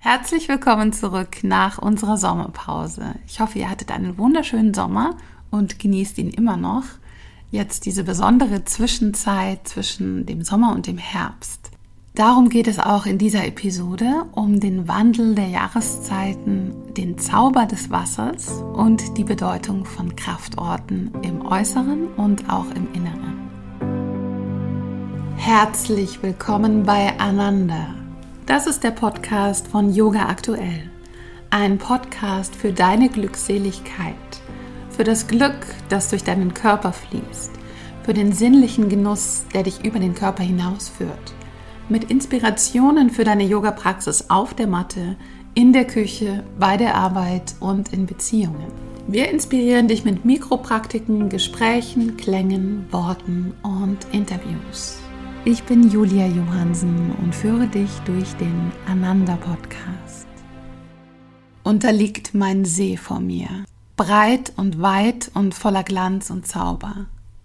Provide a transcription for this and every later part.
Herzlich willkommen zurück nach unserer Sommerpause. Ich hoffe, ihr hattet einen wunderschönen Sommer und genießt ihn immer noch. Jetzt diese besondere Zwischenzeit zwischen dem Sommer und dem Herbst. Darum geht es auch in dieser Episode, um den Wandel der Jahreszeiten, den Zauber des Wassers und die Bedeutung von Kraftorten im Äußeren und auch im Inneren. Herzlich willkommen bei Ananda. Das ist der Podcast von Yoga Aktuell. Ein Podcast für deine Glückseligkeit, für das Glück, das durch deinen Körper fließt, für den sinnlichen Genuss, der dich über den Körper hinausführt, mit Inspirationen für deine Yoga-Praxis auf der Matte, in der Küche, bei der Arbeit und in Beziehungen. Wir inspirieren dich mit Mikropraktiken, Gesprächen, Klängen, Worten und Interviews. Ich bin Julia Johansen und führe dich durch den Ananda-Podcast. Und da liegt mein See vor mir, breit und weit und voller Glanz und Zauber.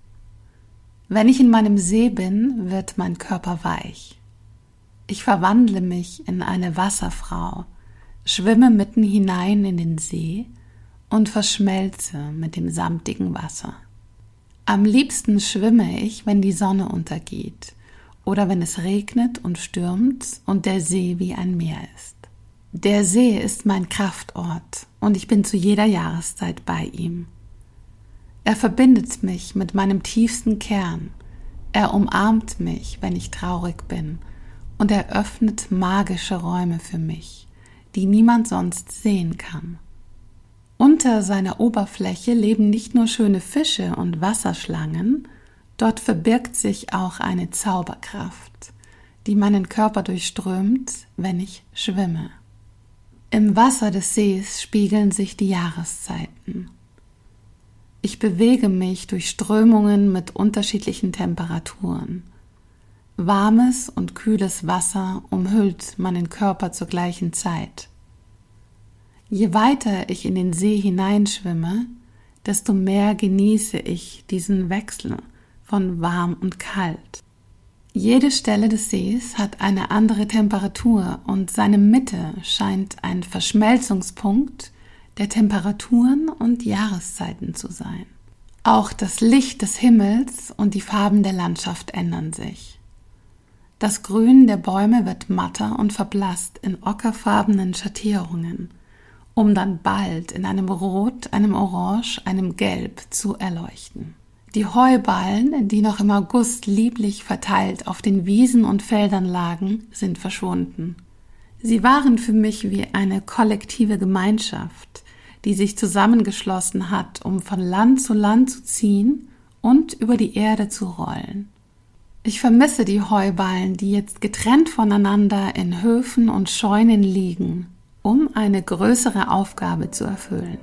Wenn ich in meinem See bin, wird mein Körper weich. Ich verwandle mich in eine Wasserfrau, schwimme mitten hinein in den See und verschmelze mit dem samtigen Wasser. Am liebsten schwimme ich, wenn die Sonne untergeht oder wenn es regnet und stürmt und der See wie ein Meer ist. Der See ist mein Kraftort und ich bin zu jeder Jahreszeit bei ihm. Er verbindet mich mit meinem tiefsten Kern. Er umarmt mich, wenn ich traurig bin, und er öffnet magische Räume für mich, die niemand sonst sehen kann. Unter seiner Oberfläche leben nicht nur schöne Fische und Wasserschlangen, dort verbirgt sich auch eine Zauberkraft, die meinen Körper durchströmt, wenn ich schwimme. Im Wasser des Sees spiegeln sich die Jahreszeiten. Ich bewege mich durch Strömungen mit unterschiedlichen Temperaturen. Warmes und kühles Wasser umhüllt meinen Körper zur gleichen Zeit. Je weiter ich in den See hineinschwimme, desto mehr genieße ich diesen Wechsel von warm und kalt. Jede Stelle des Sees hat eine andere Temperatur und seine Mitte scheint ein Verschmelzungspunkt der Temperaturen und Jahreszeiten zu sein. Auch das Licht des Himmels und die Farben der Landschaft ändern sich. Das Grün der Bäume wird matter und verblasst in ockerfarbenen Schattierungen, um dann bald in einem Rot, einem Orange, einem Gelb zu erleuchten. Die Heuballen, die noch im August lieblich verteilt auf den Wiesen und Feldern lagen, sind verschwunden. Sie waren für mich wie eine kollektive Gemeinschaft, die sich zusammengeschlossen hat, um von Land zu ziehen und über die Erde zu rollen. Ich vermisse die Heuballen, die jetzt getrennt voneinander in Höfen und Scheunen liegen, um eine größere Aufgabe zu erfüllen.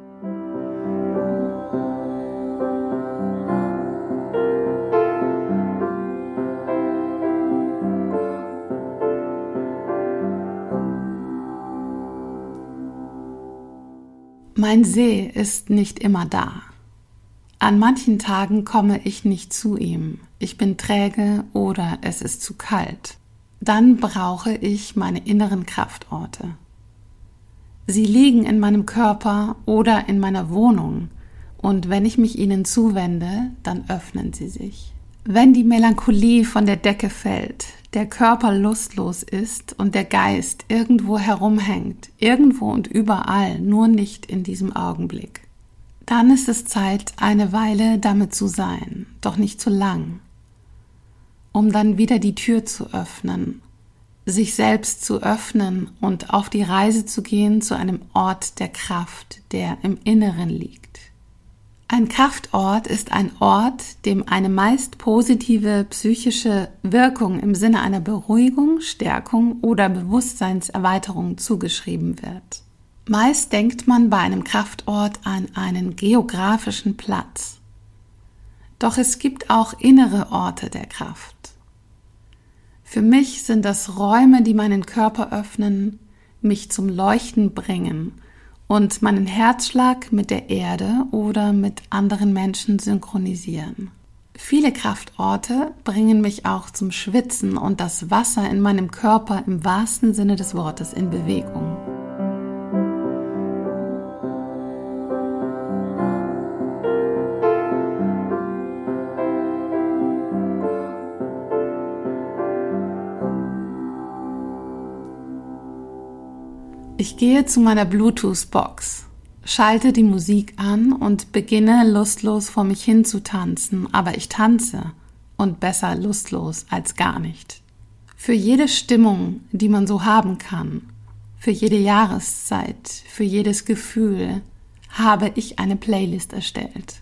Mein See ist nicht immer da. An manchen Tagen komme ich nicht zu ihm. Ich bin träge oder es ist zu kalt. Dann brauche ich meine inneren Kraftorte. Sie liegen in meinem Körper oder in meiner Wohnung und wenn ich mich ihnen zuwende, dann öffnen sie sich. Wenn die Melancholie von der Decke fällt, der Körper lustlos ist und der Geist irgendwo herumhängt, irgendwo und überall, nur nicht in diesem Augenblick, dann ist es Zeit, eine Weile damit zu sein, doch nicht zu lang, um dann wieder die Tür zu öffnen, sich selbst zu öffnen und auf die Reise zu gehen zu einem Ort der Kraft, der im Inneren liegt. Ein Kraftort ist ein Ort, dem eine meist positive psychische Wirkung im Sinne einer Beruhigung, Stärkung oder Bewusstseinserweiterung zugeschrieben wird. Meist denkt man bei einem Kraftort an einen geografischen Platz. Doch es gibt auch innere Orte der Kraft. Für mich sind das Räume, die meinen Körper öffnen, mich zum Leuchten bringen und meinen Herzschlag mit der Erde oder mit anderen Menschen synchronisieren. Viele Kraftorte bringen mich auch zum Schwitzen und das Wasser in meinem Körper im wahrsten Sinne des Wortes in Bewegung. Ich gehe zu meiner Bluetooth-Box, schalte die Musik an und beginne lustlos vor mich hin zu tanzen, aber ich tanze und besser lustlos als gar nicht. Für jede Stimmung, die man so haben kann, für jede Jahreszeit, für jedes Gefühl, habe ich eine Playlist erstellt.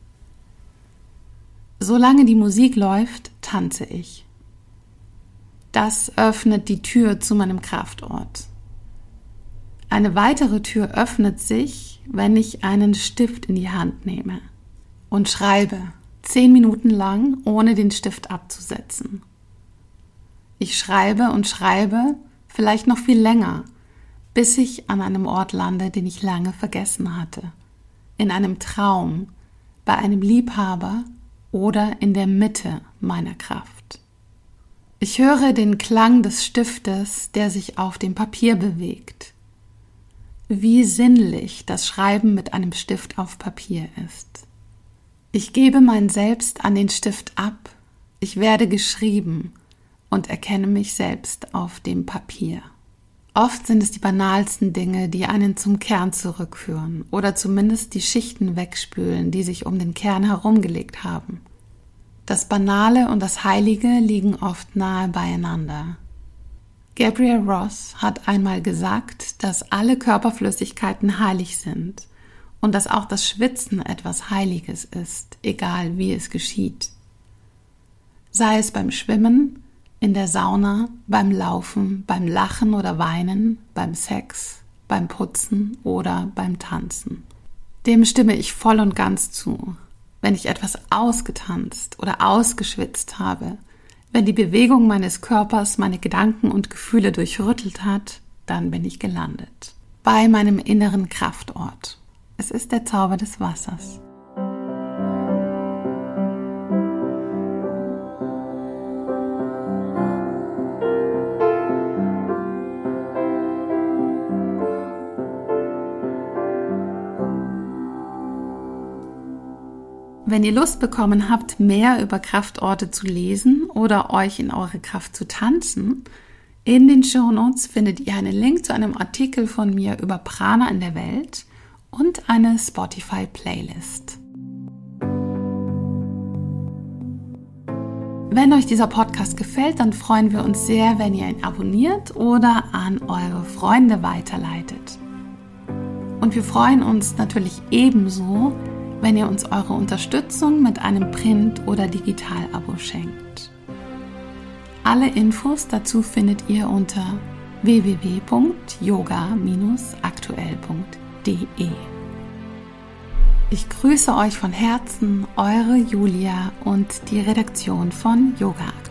Solange die Musik läuft, tanze ich. Das öffnet die Tür zu meinem Kraftort. Eine weitere Tür öffnet sich, wenn ich einen Stift in die Hand nehme und schreibe 10 Minuten lang, ohne den Stift abzusetzen. Ich schreibe und schreibe, vielleicht noch viel länger, bis ich an einem Ort lande, den ich lange vergessen hatte. In einem Traum, bei einem Liebhaber oder in der Mitte meiner Kraft. Ich höre den Klang des Stiftes, der sich auf dem Papier bewegt. Wie sinnlich das Schreiben mit einem Stift auf Papier ist. Ich gebe mein Selbst an den Stift ab, ich werde geschrieben und erkenne mich selbst auf dem Papier. Oft sind es die banalsten Dinge, die einen zum Kern zurückführen oder zumindest die Schichten wegspülen, die sich um den Kern herumgelegt haben. Das Banale und das Heilige liegen oft nahe beieinander. Gabrielle Roth hat einmal gesagt, dass alle Körperflüssigkeiten heilig sind und dass auch das Schwitzen etwas Heiliges ist, egal wie es geschieht. Sei es beim Schwimmen, in der Sauna, beim Laufen, beim Lachen oder Weinen, beim Sex, beim Putzen oder beim Tanzen. Dem stimme ich voll und ganz zu. Wenn ich etwas ausgetanzt oder ausgeschwitzt habe, wenn die Bewegung meines Körpers meine Gedanken und Gefühle durchrüttelt hat, dann bin ich gelandet. Bei meinem inneren Kraftort. Es ist der Zauber des Wassers. Wenn ihr Lust bekommen habt, mehr über Kraftorte zu lesen oder euch in eure Kraft zu tanzen, in den Shownotes findet ihr einen Link zu einem Artikel von mir über Prana in der Welt und eine Spotify-Playlist. Wenn euch dieser Podcast gefällt, dann freuen wir uns sehr, wenn ihr ihn abonniert oder an eure Freunde weiterleitet. Und wir freuen uns natürlich ebenso, wenn ihr uns eure Unterstützung mit einem Print- oder Digital-Abo schenkt. Alle Infos dazu findet ihr unter www.yoga-aktuell.de. Ich grüße euch von Herzen, eure Julia und die Redaktion von Yoga Aktuell.